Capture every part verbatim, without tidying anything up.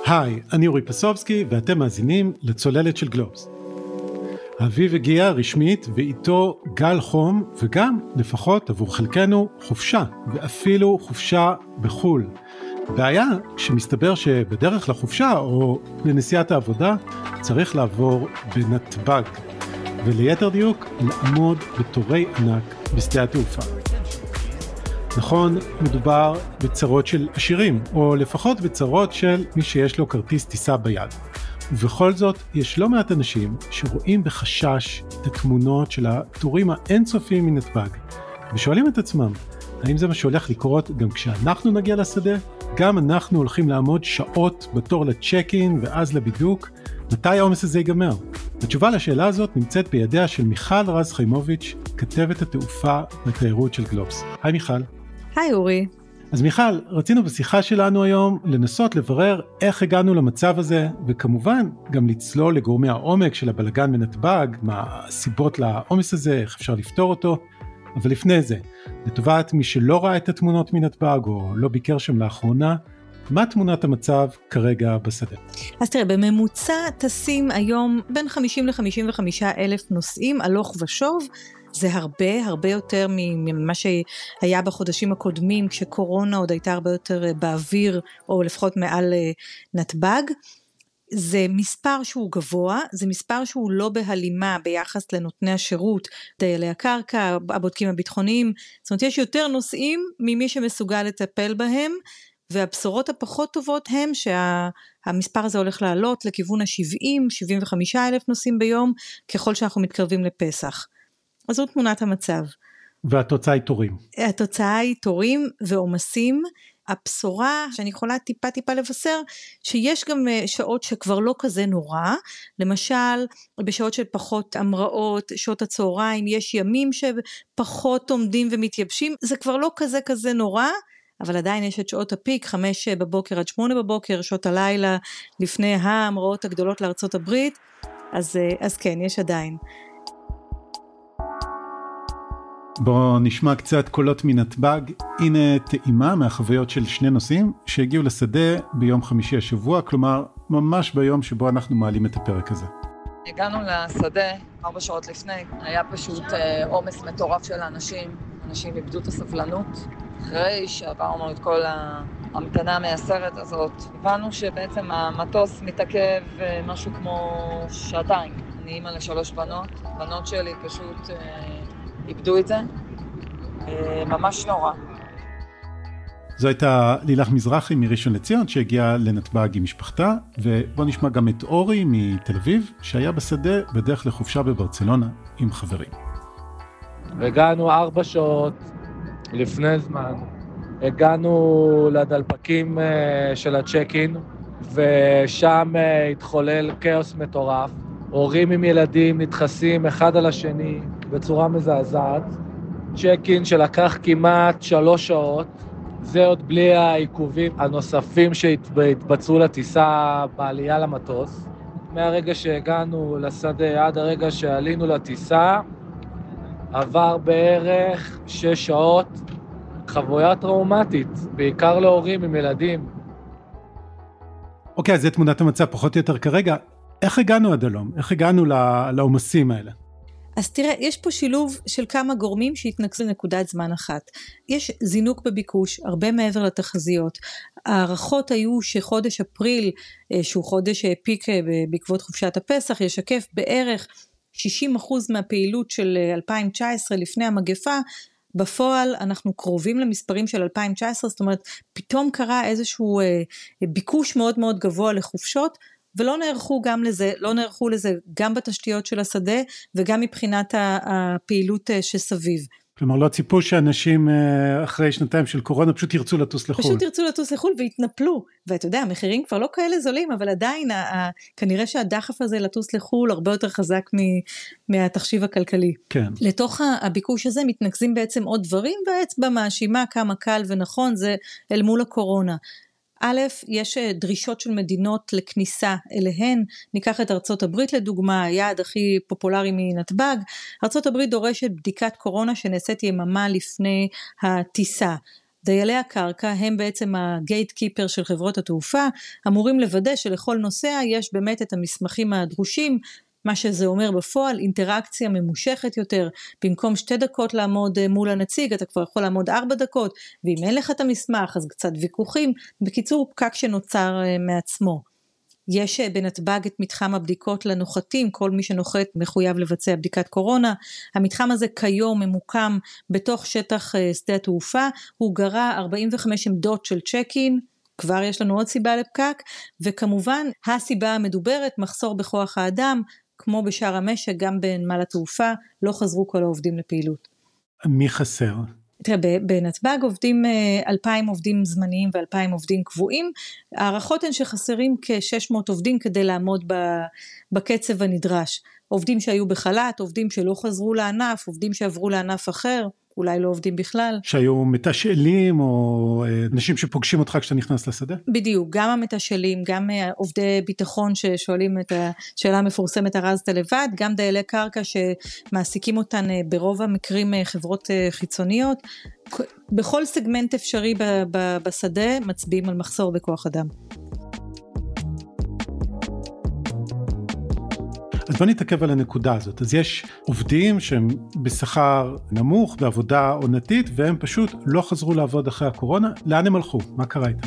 היי, אני אורי פסובסקי ואתם מאזינים לצוללת של גלובס. האביב הגיע רשמית ואיתו גל חום וגם לפחות עבור חלקנו חופשה ואפילו חופשה בחול. בעיה שמסתבר שבדרך לחופשה או לנסיעת העבודה צריך לעבור בנתב"ג וליתר דיוק לעמוד בתורי ענק בשדה התעופה. נכון, מדובר בצרות של עשירים, או לפחות בצרות של מי שיש לו כרטיס טיסה ביד. ובכל זאת, יש לא מעט אנשים שרואים בחשש את התמונות של התורים האינסופיים מנתב"ג, ושואלים את עצמם, האם זה מה שהולך לקרות גם כשאנחנו נגיע לשדה? גם אנחנו הולכים לעמוד שעות בתור לצ'ק-אין ואז לבידוק, מתי העומס הזה ייגמר? התשובה לשאלה הזאת נמצאת בידיה של מיכל רז חיימוביץ', כתבת התעופה לתיירות של גלובס. היי מיכל. היי אורי. אז מיכל, רצינו בשיחה שלנו היום לנסות לברר איך הגענו למצב הזה, וכמובן גם לצלול לגורמי העומק של הבלגן בנתב"ג, מה הסיבות לעומס הזה, איך אפשר לפתור אותו, אבל לפני זה, לטובת מי שלא ראה את התמונות מנתב"ג או לא ביקר שם לאחרונה, מה תמונת המצב כרגע בשדה? אז תראה, בממוצע טסים היום בין חמישים ל-חמישים וחמישה אלף נוסעים הלוך ושוב, זה הרבה, הרבה יותר ממה שהיה בחודשים הקודמים, כשקורונה עוד הייתה הרבה יותר באוויר, או לפחות מעל נתב"ג. זה מספר שהוא גבוה, זה מספר שהוא לא בהלימה ביחס לנותני השירות, דיילי הקרקע, הבודקים הביטחוניים, זאת אומרת יש יותר נוסעים ממי שמסוגל לטפל בהם, והבשורות הפחות טובות הם שהמספר הזה הולך לעלות לכיוון ה-שבעים, שבעים וחמישה אלף נוסעים ביום, ככל שאנחנו מתקרבים לפסח. אז זו תמונת המצב. והתוצאה היא תורים. התוצאה היא תורים ועומסים. הבשורה שאני יכולה טיפה טיפה לבשר, שיש גם שעות שכבר לא כזה נורא, למשל בשעות של פחות המראות, שעות הצהריים, יש ימים שפחות עומדים ומתייבשים, זה כבר לא כזה כזה נורא, אבל עדיין יש את שעות הפיק, חמש בבוקר עד שמונה בבוקר, שעות הלילה לפני ההמראות הגדולות לארצות הברית, אז, אז כן, יש עדיין. בואו נשמע קצת קולות מנתב"ג. הנה טעימה מהחוויות של שני נוסעים שהגיעו לשדה ביום חמישי השבוע, כלומר ממש ביום שבו אנחנו מעלים את הפרק הזה. הגענו לשדה ארבע שעות לפני, היה פשוט עומס מטורף של האנשים, אנשים איבדו את הסבלנות. אחרי שעברנו את כל ההמתנה מהסרט הזאת, הבנו שבעצם המטוס מתעכב משהו כמו שעתיים. אני אימא לשלוש בנות, בנות שלי פשוט איבדו את זה, ממש נורא. זו הייתה לילך מזרחי מראשון לציון שהגיעה לנתב"ג עם משפחתה, ובוא נשמע גם את אורי מתל אביב שהיה בשדה בדרך לחופשה בברצלונה עם חברים. הגענו ארבע שעות לפני זמן, הגענו לדלפקים של הצ'ק-אין, ושם התחולל כאוס מטורף, הורים עם ילדים נדחסים אחד על השני בצורה מזעזעת, צ'ק-אין שלקח כמעט שלוש שעות, זה עוד בלי העיכובים הנוספים שהתבצעו לטיסה בעלייה למטוס. מהרגע שהגענו לשדה עד הרגע שעלינו לטיסה, עבר בערך שש שעות, חוויה טראומטית, בעיקר להורים עם ילדים. אוקיי, אז זה תמונת המצב פחות או יותר כרגע. איך הגענו עד הלום? איך הגענו לעומסים האלה? אז תראה, יש פה שילוב של כמה גורמים שהתנקזו לנקודת זמן אחת. יש זינוק בביקוש, הרבה מעבר לתחזיות. הערכות היו שחודש אפריל, שהוא חודש פיק בעקבות חופשת הפסח, ישקף בערך שישים אחוז מהפעילות של אלפיים תשע עשרה לפני המגפה, בפועל אנחנו קרובים למספרים של אלפיים תשע עשרה, זאת אומרת, פתאום קרה איזשהו ביקוש מאוד מאוד גבוה לחופשות, ולא נערכו גם לזה, לא נערכו לזה גם בתשתיות של השדה, וגם מבחינת הפעילות שסביב. כלומר, לא ציפו שאנשים אחרי שנתיים של קורונה פשוט ירצו לטוס לחול. פשוט ירצו לטוס לחול והתנפלו, ואתה יודע, המחירים כבר לא כאלה זולים, אבל עדיין, כנראה שהדחף הזה לטוס לחול הרבה יותר חזק מהתחשיב הכלכלי. כן. לתוך הביקוש הזה מתנקזים בעצם עוד דברים, והאצבע מאשימה כמה קל ונכון, זה אל מול הקורונה. א', יש דרישות של מדינות לכניסה אליהן, ניקח את ארצות הברית לדוגמה, היעד הכי פופולרי מנתב"ג, ארצות הברית דורשת בדיקת קורונה שנעשית יממה לפני הטיסה, דיילי הקרקע הם בעצם הגייט קיפר של חברות התעופה, אמורים לוודא שלכל נוסע יש באמת את המסמכים הדרושים, מה שזה אומר בפועל, אינטראקציה ממושכת יותר, במקום שתי דקות לעמוד מול הנציג, אתה כבר יכול לעמוד ארבע דקות, ואם אין לך את המסמך, אז קצת ויכוחים, בקיצור פקק שנוצר מעצמו. יש בנתב"ג את מתחם הבדיקות לנוחתים, כל מי שנוחת מחויב לבצע בדיקת קורונה, המתחם הזה כיום ממוקם בתוך שטח שדה התעופה, הוא גרע ארבעים וחמש עמדות של צ'ק-אין, כבר יש לנו עוד סיבה לפקק, וכמובן הסיבה המדוברת, מחסור בכוח האדם, כמו בשאר המשק, גם בנמל התעופה, לא חזרו כל העובדים לפעילות. מי חסר? תראה, בנתב"ג עובדים אלפיים עובדים זמניים ואלפיים עובדים קבועים, הערכות הן שחסרים כ-שש מאות עובדים כדי לעמוד בקצב הנדרש, עובדים שהיו בחל"ת, עובדים שלא חזרו לענף, עובדים שעברו לענף אחר, אולי לא עובדים בכלל. שהיו מתשאלים או אנשים שפוגשים אותך כשאתה נכנס לשדה? בדיוק, גם המתשאלים, גם עובדי ביטחון ששואלים את השאלה המפורסמת הרזת לבד, גם דיילי קרקע שמעסיקים אותן ברוב המקרים חברות חיצוניות, בכל סגמנט אפשרי בשדה מצביעים על מחסור בכוח אדם. אז בוא נתעכב על הנקודה הזאת. אז יש עובדים שהם בשכר נמוך, בעבודה עונתית, והם פשוט לא חזרו לעבוד אחרי הקורונה. לאן הם הלכו? מה קרה איתם?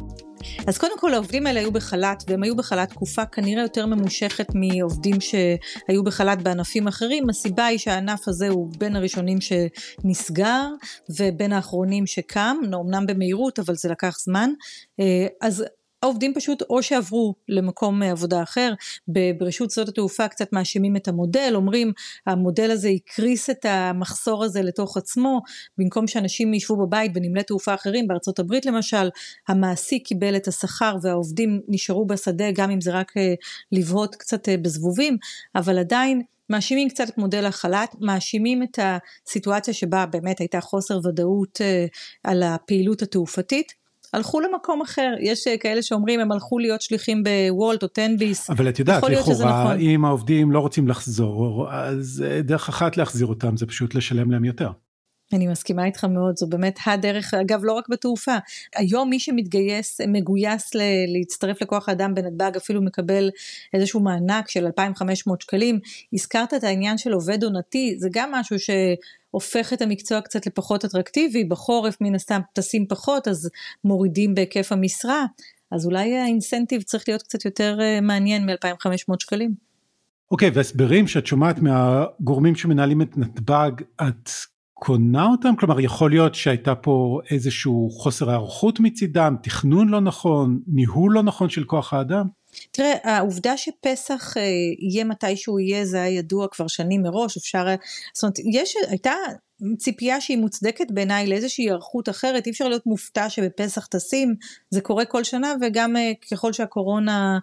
אז קודם כל העובדים האלה היו בחל"ת, והם היו בחל"ת תקופה כנראה יותר ממושכת מעובדים שהיו בחל"ת בענפים אחרים. הסיבה היא שהענף הזה הוא בין הראשונים שנסגר, ובין האחרונים שקם, אמנם במהירות, אבל זה לקח זמן. אז העובדים פשוט או שעברו למקום עבודה אחר, ברשות שדות התעופה קצת מאשימים את המודל, אומרים המודל הזה יקריס את המחסור הזה לתוך עצמו, במקום שאנשים ישבו בבית בנמלי תעופה אחרים, בארצות הברית למשל, המעסיק קיבל את השכר והעובדים נשארו בשדה, גם אם זה רק לבהות קצת בזבובים, אבל עדיין מאשימים קצת את מודל החל"ת, מאשימים את הסיטואציה שבה באמת הייתה חוסר ודאות על הפעילות התעופתית, הלכו למקום אחר, יש כאלה שאומרים הם הלכו להיות שליחים בוולט או טנביס. אבל את יודעת, לכאורה, אם העובדים לא רוצים לחזור, אז דרך אחת להחזיר אותם, זה פשוט לשלם להם יותר. אני מסכימה איתך מאוד, זו באמת הדרך, אגב לא רק בתעופה, היום מי שמתגייס, מגויס ל- להצטרף לכוח האדם בנתב"ג, אפילו מקבל איזשהו מענק של אלפיים וחמש מאות שקלים, הזכרת את העניין של עובד עונתי, זה גם משהו שהופך את המקצוע קצת לפחות אטרקטיבי, בחורף מן הסתם טסים פחות, אז מורידים בהיקף המשרה, אז אולי האינסנטיב צריך להיות קצת יותר מעניין מ-אלפיים וחמש מאות שקלים. אוקיי, והסברים שאת שומעת מהגורמים שמנהלים את נתב"ג, את קונה אותם? כלומר, יכול להיות שהייתה פה איזשהו חוסר הערכות מצידם, תכנון לא נכון, ניהול לא נכון של כוח האדם? תראה, העובדה שפסח יהיה מתי שהוא יהיה, זה היה ידוע כבר שנים מראש, אפשר, זאת אומרת, יש, הייתה ציפייה שהיא מוצדקת בעיניי לאיזושהי ערכות אחרת, אי אפשר להיות מופתע שבפסח טסים, זה קורה כל שנה, וגם ככל שהקורונה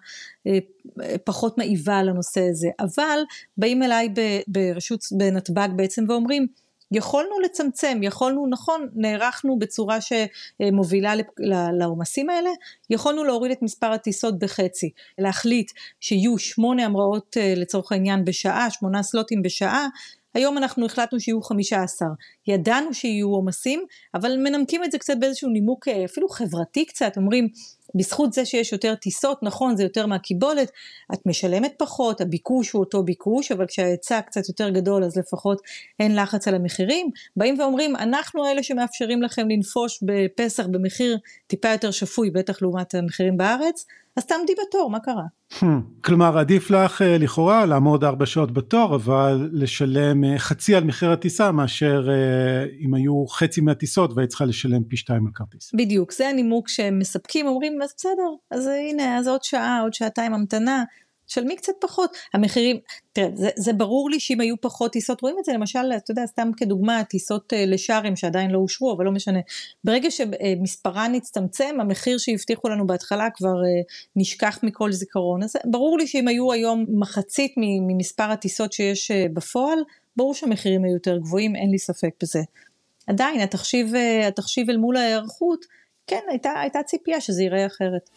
פחות מעיבה על הנושא הזה, אבל באים אליי ברשות, בנתב"ג בעצם ואומרים, יכולנו לצמצם, יכולנו, נכון, נערכנו בצורה שמובילה לעומסים האלה, יכולנו להוריד את מספר הטיסות בחצי, להחליט שיהיו שמונה המראות לצורך העניין בשעה, שמונה סלוטים בשעה, היום אנחנו החלטנו שיהיו חמישה עשר, ידענו שיהיו עומסים, אבל מנמקים את זה קצת באיזשהו נימוק אפילו חברתי קצת, אומרים, בזכות זה שיש יותר טיסות, נכון, זה יותר מהקיבולת, את משלמת פחות, הביקוש הוא אותו ביקוש, אבל כשההיצע קצת יותר גדול, אז לפחות אין לחץ על המחירים, באים ואומרים, אנחנו אלה שמאפשרים לכם לנפוש בפסח במחיר טיפה יותר שפוי, בטח לעומת המחירים בארץ, אז תעמדי בתור, מה קרה? כלומר, עדיף לך לכאורה לעמוד ארבע שעות בתור, אבל לשלם חצי על מחיר הטיסה, מאשר אם היו חצי מהטיסות, והיא צריכה לשלם פי שתיים על כרטיס. בדיוק, זה הנימוק שהם מספקים, אומרים, אז בסדר, אז הנה, אז עוד שעה, עוד שעתיים המתנה, שלמי קצת פחות, המחירים, תראה, זה, זה ברור לי שאם היו פחות טיסות, רואים את זה למשל, אתה יודע, סתם כדוגמה, טיסות לשארים שעדיין לא אושרו, אבל לא משנה, ברגע שמספרן הצטמצם, המחיר שהבטיחו לנו בהתחלה כבר נשכח מכל זיכרון, אז ברור לי שאם היו היום מחצית ממספר הטיסות שיש בפועל, ברור שהמחירים היו יותר גבוהים, אין לי ספק בזה. עדיין, התחשיב, התחשיב אל מול ההיערכות, כן, הייתה, הייתה ציפייה שזה ייראה אחרת.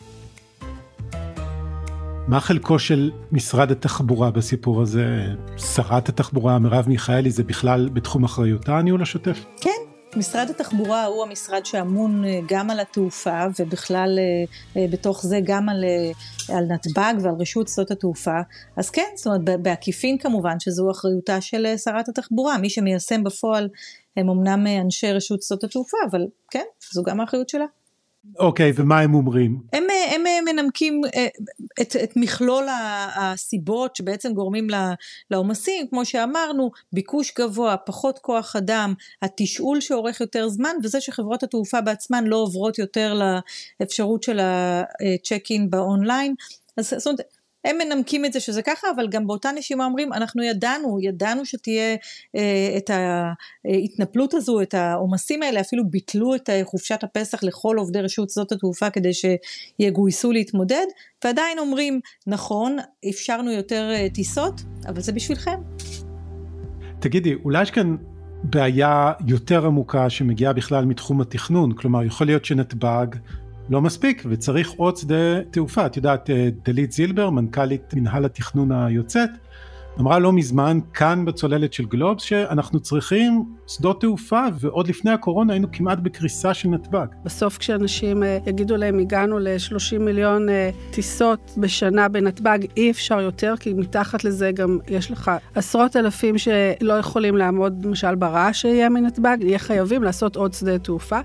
מה חלקו של משרד התחבורה בסיפור הזה? שרת התחבורה, מרב מיכאלי, זה בכלל בתחום אחריותה, הניהול השוטף? כן, משרד התחבורה הוא המשרד שאמון גם על התעופה, ובכלל בתוך זה גם על, על נתב"ג ועל רשות שדות התעופה. אז כן, זאת אומרת, בעקיפין כמובן שזו אחריותה של שרת התחבורה. מי שמיישם בפועל הם אמנם אנשי רשות שדות התעופה, אבל כן, זו גם האחריות שלה. אוקיי, ומה הם אומרים? הם, הם מנמקים את, את מכלול הסיבות שבעצם גורמים לעומסים, כמו שאמרנו, ביקוש גבוה, פחות כוח אדם, התשאול שעורך יותר זמן, וזה שחברות התעופה בעצמן לא עוברות יותר לאפשרות של הצ'ק-אין באונליין. אז זאת אומרת, הם מנמקים את זה שזה ככה, אבל גם באותה נשימה אומרים, אנחנו ידענו, ידענו שתהיה אה, את ההתנפלות הזו, את העומסים האלה, אפילו ביטלו את חופשת הפסח לכל עובדי רשות שדות התעופה, כדי שיגויסו להתמודד, ועדיין אומרים, נכון, אפשרנו יותר אה, טיסות, אבל זה בשבילכם. תגידי, אולי יש כאן בעיה יותר עמוקה, שמגיעה בכלל מתחום התכנון, כלומר, יכול להיות שנתב"ג, לא מספיק, וצריך עוד שדה תעופה. את יודעת, דלית זילבר, מנכ"לית מנהל התכנון היוצאת, אמרה לא מזמן, כאן בצוללת של גלובס, שאנחנו צריכים שדות תעופה, ועוד לפני הקורונה היינו כמעט בקריסה של נתב"ג. בסוף כשאנשים יגידו להם, הגענו ל-שלושים מיליון טיסות בשנה בנתב"ג, אי אפשר יותר, כי מתחת לזה גם יש לך עשרות אלפים שלא יכולים לעמוד, למשל ברעש שיהיה מנתב"ג, יהיה חייבים לעשות עוד שדה תעופה.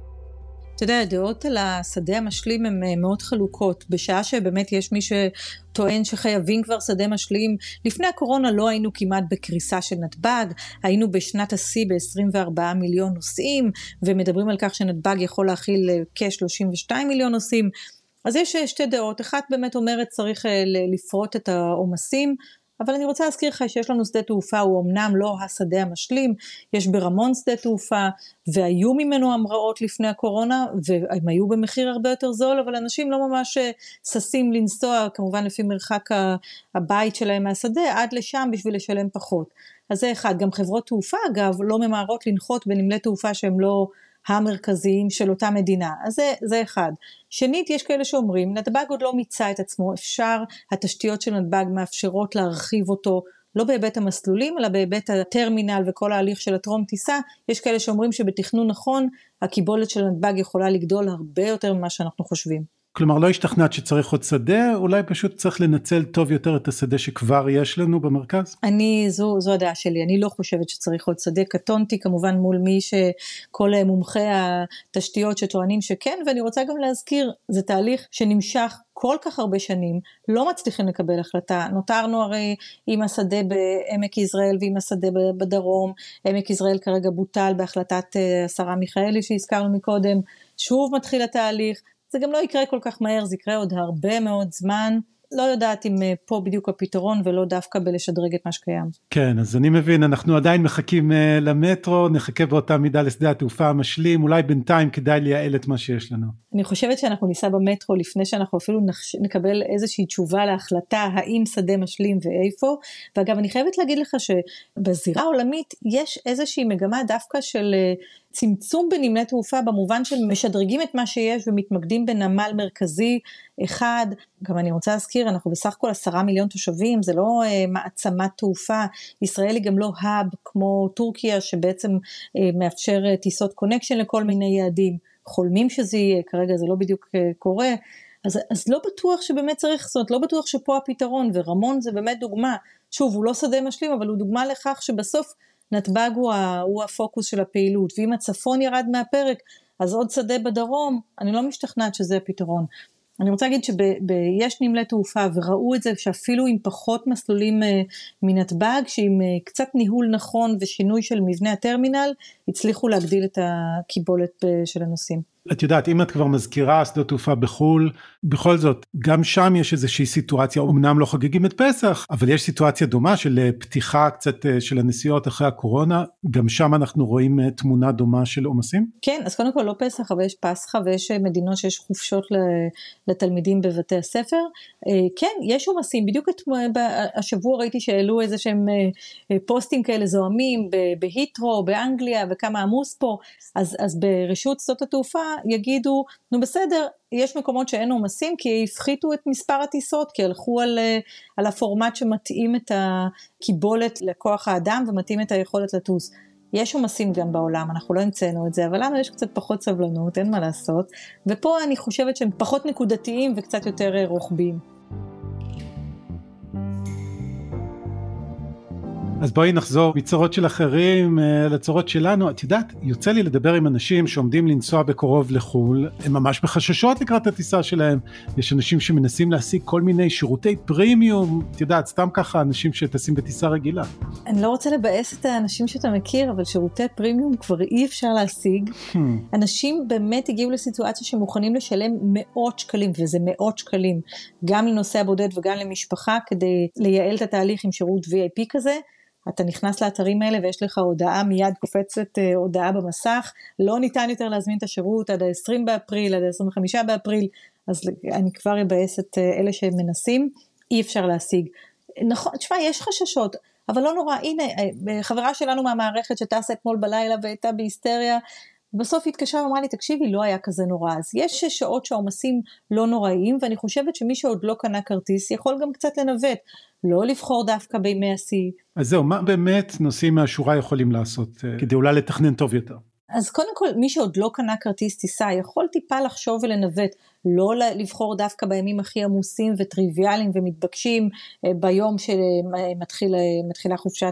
אתה יודע, הדעות על השדה המשלים הן מאוד חלוקות, בשעה שבאמת יש מי שטוען שחייבים כבר שדה משלים. לפני הקורונה לא היינו כמעט בקריסה של נתב"ג, היינו בשנת השיא ב-עשרים וארבעה מיליון נוסעים, ומדברים על כך שנתב"ג יכול להכיל כ-שלושים ושניים מיליון נוסעים. אז יש שתי דעות, אחת באמת אומרת צריך לפרוט את העומסים, אבל אני רוצה להזכיר לך שיש לנו שדה תעופה, הוא אמנם לא השדה המשלים, יש ברמון שדה תעופה, והיו ממנו המראות לפני הקורונה, והם היו במחיר הרבה יותר זול, אבל אנשים לא ממש ססים לנסוע, כמובן לפי מרחק הבית שלהם מהשדה, עד לשם בשביל לשלם פחות. אז זה אחד, גם חברות תעופה אגב, לא ממהרות לנחות בנמלי תעופה שהם לא המרכזיים של אותה מדינה, אז זה, זה אחד. שנית, יש כאלה שאומרים, נתב"ג עוד לא מיצה את עצמו, אפשר, התשתיות של נתב"ג מאפשרות להרחיב אותו, לא בהיבט המסלולים, אלא בהיבט הטרמינל וכל ההליך של הטרום טיסה, יש כאלה שאומרים שבתכנון נכון, הקיבולת של נתב"ג יכולה לגדול הרבה יותר ממה שאנחנו חושבים. כלומר, לא השתכנעת שצריך עוד שדה, אולי פשוט צריך לנצל טוב יותר את השדה שכבר יש לנו במרכז? אני, זו, זו הדעה שלי, אני לא חושבת שצריך עוד שדה, קטונתי כמובן מול מי שכל מומחי התשתיות שטוענים שכן, ואני רוצה גם להזכיר, זה תהליך שנמשך כל כך הרבה שנים, לא מצליחים לקבל החלטה, נותרנו הרי עם השדה בעמק יזרעאל ועם השדה בדרום, עמק יזרעאל כרגע בוטל בהחלטת השרה מיכאלי שהזכרנו מקודם, שוב מתחיל התהליך, זה גם לא יקרה כל כך מהר, זה יקרה עוד הרבה מאוד זמן, לא יודעת אם פה בדיוק הפתרון, ולא דווקא בלשדרג את מה שקיים. כן, אז אני מבין, אנחנו עדיין מחכים למטרו, נחכה באותה מידה לשדה התעופה המשלים, אולי בינתיים כדאי לייעל את מה שיש לנו. אני חושבת שאנחנו ניסע במטרו, לפני שאנחנו אפילו נקבל איזושהי תשובה להחלטה, האם שדה משלים ואיפה, ואגב, אני חייבת להגיד לך שבזירה העולמית, יש איזושהי מגמה דווקא של צמצום בנמלי תעופה, במובן של משדרגים את מה שיש, ומתמקדים בנמל מרכזי אחד, גם אני רוצה להזכיר, אנחנו בסך הכל עשרה מיליון תושבים, זה לא uh, מעצמת תעופה, ישראל היא גם לא האב כמו טורקיה, שבעצם uh, מאפשר uh, טיסות קונקשן לכל מיני יעדים, חולמים שזה יהיה, כרגע זה לא בדיוק uh, קורה, אז, אז לא בטוח שבאמת צריך, זאת אומרת, לא בטוח שפה הפתרון, ורמון זה באמת דוגמה, שוב, הוא לא שדה משלים, אבל הוא דוגמה לכך שבסוף נתב"ג הוא, הוא הפוקוס של הפעילות, ואם הצפון ירד מהפרק, אז עוד שדה בדרום, אני לא משתכנעת שזה הפתרון. אני רוצה להגיד שיש נמלי תעופה, וראו את זה שאפילו עם פחות מסלולים מנתב"ג, שעם קצת ניהול נכון ושינוי של מבנה הטרמינל, הצליחו להגדיל את הקיבולת של הנוסעים. את יודעת, אם את כבר מזכירה שדות תעופה בחול, בכל זאת, גם שם יש איזושהי סיטואציה, אמנם לא חוגגים את פסח, אבל יש סיטואציה דומה של פתיחה קצת של הנסיעות אחרי הקורונה, גם שם אנחנו רואים תמונה דומה של עומסים? כן, אז קודם כל לא פסח, אבל יש פסחה, ויש מדינות שיש חופשות לתלמידים בבתי הספר. כן, יש עומסים, בדיוק השבוע ראיתי שהעלו איזה שהם פוסטים כאלה זוהמים, בהיטרו, באנגליה, וכמה עמוס פה, אז, אז ברשות שדות התעופה, יגידו, נו בסדר, יש מקומות שאין עומסים, כי הפחיתו את מספר הטיסות, כי הלכו על, על הפורמט שמתאים את הקיבולת לכוח האדם, ומתאים את היכולת לטוס. יש עומסים גם בעולם, אנחנו לא המצאנו את זה, אבל לנו יש קצת פחות סבלנות, אין מה לעשות, ופה אני חושבת שהם פחות נקודתיים וקצת יותר רוחביים. אז בואי נחזור מצרות של אחרים לצרות שלנו. את יודעת, יוצא לי לדבר עם אנשים שעומדים לנסוע בקרוב לחול, הם ממש בחששות לקראת הטיסה שלהם. יש אנשים שמנסים להשיג כל מיני שירותי פרימיום, את יודעת, סתם ככה אנשים שטסים בטיסה רגילה. אני לא רוצה לבאס את האנשים שאתה מכיר, אבל שירותי פרימיום כבר אי אפשר להשיג. Hmm. אנשים באמת הגיעו לסיטואציה שמוכנים לשלם מאות שקלים, וזה מאות שקלים, גם לנוסע בודד וגם למשפחה, כדי לייעל את התהליך עם שירות וי איי פי כזה. אתה נכנס לאתרים האלה ויש לך הודעה, מיד קופצת הודעה במסך, לא ניתן יותר להזמין את השירות עד ה-עשרים באפריל, עד ה-עשרים וחמישה באפריל, אז אני כבר אבאס את אלה שמנסים, אי אפשר להשיג. נכון, תשמע, יש חששות, אבל לא נורא, הנה, חברה שלנו מהמערכת שטסה אתמול בלילה והייתה בהיסטריה, בסוף התקשר ואמרה לי, תקשיבי, לא היה כזה נורא, אז יש שעות שהעומסים לא נוראים, ואני חושבת שמי שעוד לא קנה כרטיס, יכול גם קצת לנווט, לא לבחור דווקא בימי השיא. אז זהו, מה באמת נוסעים מהשורה יכולים לעשות, כדי אולי לתכנן טוב יותר? אז קודם כל, מי שעוד לא קנה כרטיס טיסה, יכול טיפה לחשוב ולנווט, לא לבחור דווקא בימים הכי עמוסים וטריוויאליים ומתבקשים, ביום שמתחילה חופשת,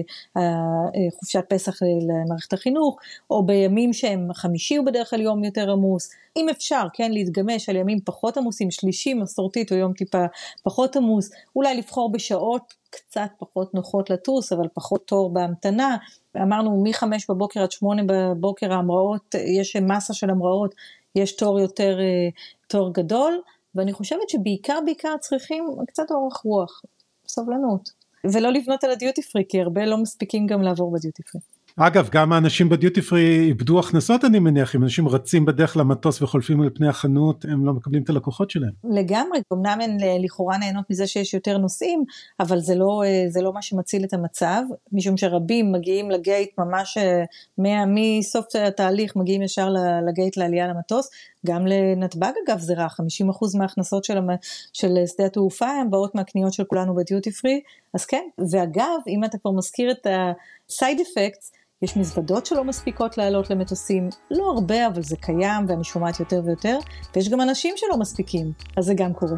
חופשת פסח למערכת החינוך, או בימים שהם חמישי ובדרך כלל יום יותר עמוס, אם אפשר, כן, להתגמש על ימים פחות עמוסים, שלישי מסורתית או יום טיפה פחות עמוס, אולי לבחור בשעות קצת פחות נוחות לטוס, אבל פחות תור בהמתנה. אמרנו מחמש בבוקר עד שמונה בבוקר ההמראות, יש מסה של המראות, יש תור יותר, תור גדול, ואני חושבת שבעיקר בעיקר צריכים קצת אורך רוח, סבלנות, ולא לבנות על הדיוטי פרי, כי הרבה לא מספיקים גם לעבור בדיוטי פרי. אגב, גם האנשים בדיוטי פרי איבדו הכנסות, אני מניח, אם אנשים רצים בדרך למטוס וחולפים על פני החנות, הם לא מקבלים את הלקוחות שלהם. לגמרי, אמנם הן לכאורה נהנות מזה שיש יותר נוסעים, אבל זה לא, זה לא מה שמציל את המצב, משום שרבים מגיעים לגייט ממש, מסוף התהליך מגיעים ישר לגייט לעלייה למטוס, גם לנתב"ג אגב זה רע, חמישים אחוז מההכנסות של, של שדה התעופה, הן באות מהקניות של כולנו בדיוטי פרי, אז כן, ואגב, אם אתה כבר מזכיר את ה-side effects, יש מזוודות שלא מספיקות לעלות למטוסים, לא הרבה, אבל זה קיים, ואני שומעת יותר ויותר, ויש גם אנשים שלא מספיקים, אז זה גם קורה.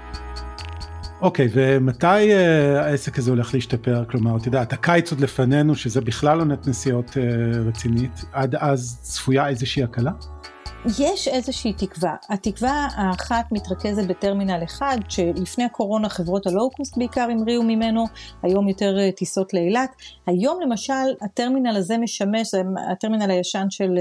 אוקיי, ומתי העסק הזה הולך להשתפר? כלומר, אתה יודע, את הקיץ עוד לפנינו, שזה בכלל עונת נסיעות רצינית, עד אז צפויה איזושהי הקלה? יש איזושהי תקווה. התקווה האחת מתרכזת בטרמינל אחד, שלפני הקורונה חברות הלואו-קוסט בעיקר המריאו ממנו, היום יותר טיסות לאילת. היום למשל הטרמינל הזה משמש, זה הטרמינל הישן של,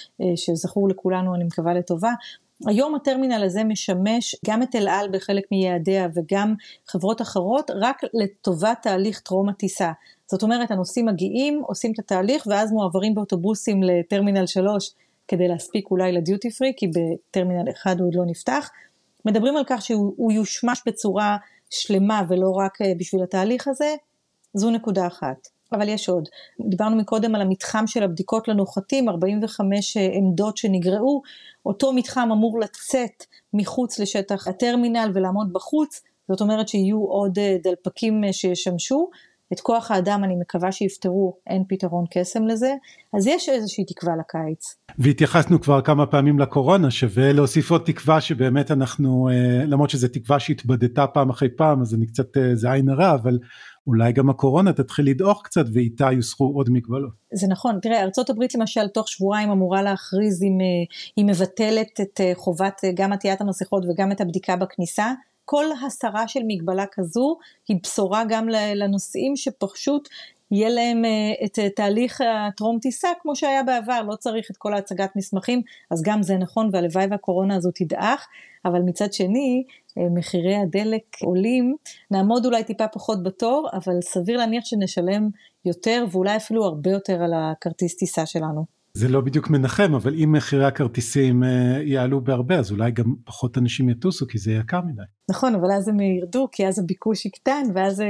שזכור לכולנו, אני מקווה לטובה, היום הטרמינל הזה משמש גם את אל על בחלק מיעדיה וגם חברות אחרות, רק לטובת תהליך טרום הטיסה. זאת אומרת, הנוסעים מגיעים, עושים את התהליך, ואז מועברים באוטובוסים לטרמינל שלוש, כדי להספיק אולי לדיוטי פרי, כי בטרמינל אחד הוא עוד לא נפתח. מדברים על כך שהוא יושמש בצורה שלמה, ולא רק בשביל התהליך הזה, זו נקודה אחת. אבל יש עוד. דיברנו מקודם על המתחם של הבדיקות לנוחתים, ארבעים וחמש עמדות שנגרעו, אותו מתחם אמור לצאת מחוץ לשטח הטרמינל ולעמוד בחוץ, זאת אומרת שיהיו עוד דלפקים שישמשו, את כוח האדם אני מקווה שיפתרו, אין פתרון קסם לזה, אז יש איזושהי תקווה לקיץ. והתייחסנו כבר כמה פעמים לקורונה, שווה להוסיף עוד תקווה שבאמת אנחנו, למרות שזו תקווה שהתבדתה פעם אחרי פעם, אז אני קצת, זה עין הרע, אבל אולי גם הקורונה תתחיל לדעוך קצת, ואיתה יוסחו עוד מגבלות. זה נכון, תראה, ארצות הברית למשל, תוך שבועיים אמורה להכריז, אם היא מבטלת את חובת גם עטיית המסכות וגם את הבדיקה בכניסה, כל הסרה של מגבלה כזו היא בשורה גם לנוסעים שפשוט יהיה להם את תהליך הטרום טיסה כמו שהיה בעבר, לא צריך את כל ההצגת מסמכים, אז גם זה נכון והלוואי והקורונה הזו תדעך, אבל מצד שני מחירי הדלק עולים, נעמוד אולי טיפה פחות בתור, אבל סביר להניח שנשלם יותר ואולי אפילו הרבה יותר על הכרטיס טיסה שלנו. זה לא בדיוק מנחם, אבל אם מחירי הכרטיסים יעלו בהרבה, אז אולי גם פחות אנשים יטוסו, כי זה יקר מדי. נכון, אבל אז הם ירדו, כי אז הביקוש יקטן, ואז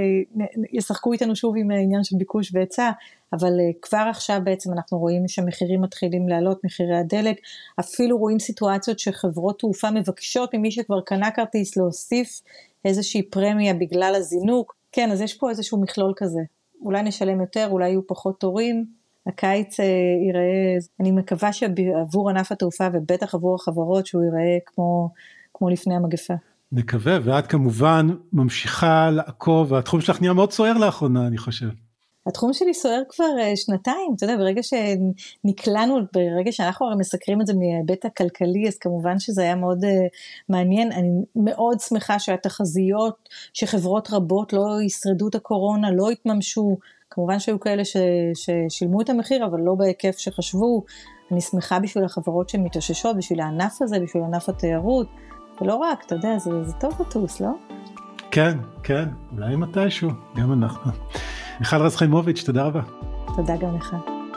ישחקו איתנו שוב עם העניין של ביקוש והיצע, אבל כבר עכשיו בעצם אנחנו רואים שמחירים מתחילים לעלות, מחירי הדלק, אפילו רואים סיטואציות שחברות תעופה מבקשות ממי שכבר קנה כרטיס להוסיף איזושהי פרמיה בגלל הזינוק. כן, אז יש פה איזשהו מכלול כזה. אולי נשלם יותר, אולי יהיו פחות תורים, הקיץ ייראה, אני מקווה שעבור ענף התעופה ובטח עבור החברות שהוא ייראה כמו, כמו לפני המגפה. נקווה, ואת כמובן ממשיכה לעקוב, והתחום שלך נהיה מאוד סוער לאחרונה, אני חושב. התחום שלי סוער כבר שנתיים, אתה יודע, ברגע שנקלענו, ברגע שאנחנו מסקרים את זה מהיבט הכלכלי, אז כמובן שזה היה מאוד מעניין, אני מאוד שמחה שהתחזיות, שחברות רבות לא ישרדו את הקורונה, לא התממשו, כמובן שהיו כאלה ש, ששילמו את המחיר, אבל לא בהיקף שחשבו, אני שמחה בשביל החברות שמתאוששות, בשביל הענף הזה, בשביל ענף התיירות, ולא רק, אתה יודע, זה, זה טוב לטוס, לא? כן, כן, אולי מתישהו, גם אנחנו. מיכל רז חיימוביץ', תודה רבה. תודה גם לך.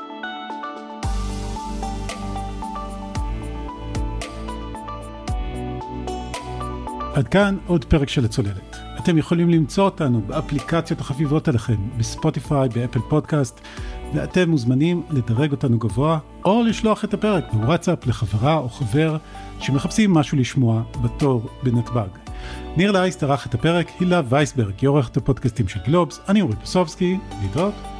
עד כאן עוד פרק של הצוללת. אתם יכולים למצוא אותנו באפליקציות החביבות עליכם, בספוטיפיי, באפל פודקאסט, ואתם מוזמנים לדרג אותנו גבוה, או לשלוח את הפרק בוואטסאפ לחברה או חבר שמחפשים משהו לשמוע בתור בנתב"ג. ניר לייס ערך את הפרק, הילה וייסברג, היא עורכת הפודקאסטים של גלובס, אני אורי פסובסקי, להתראות.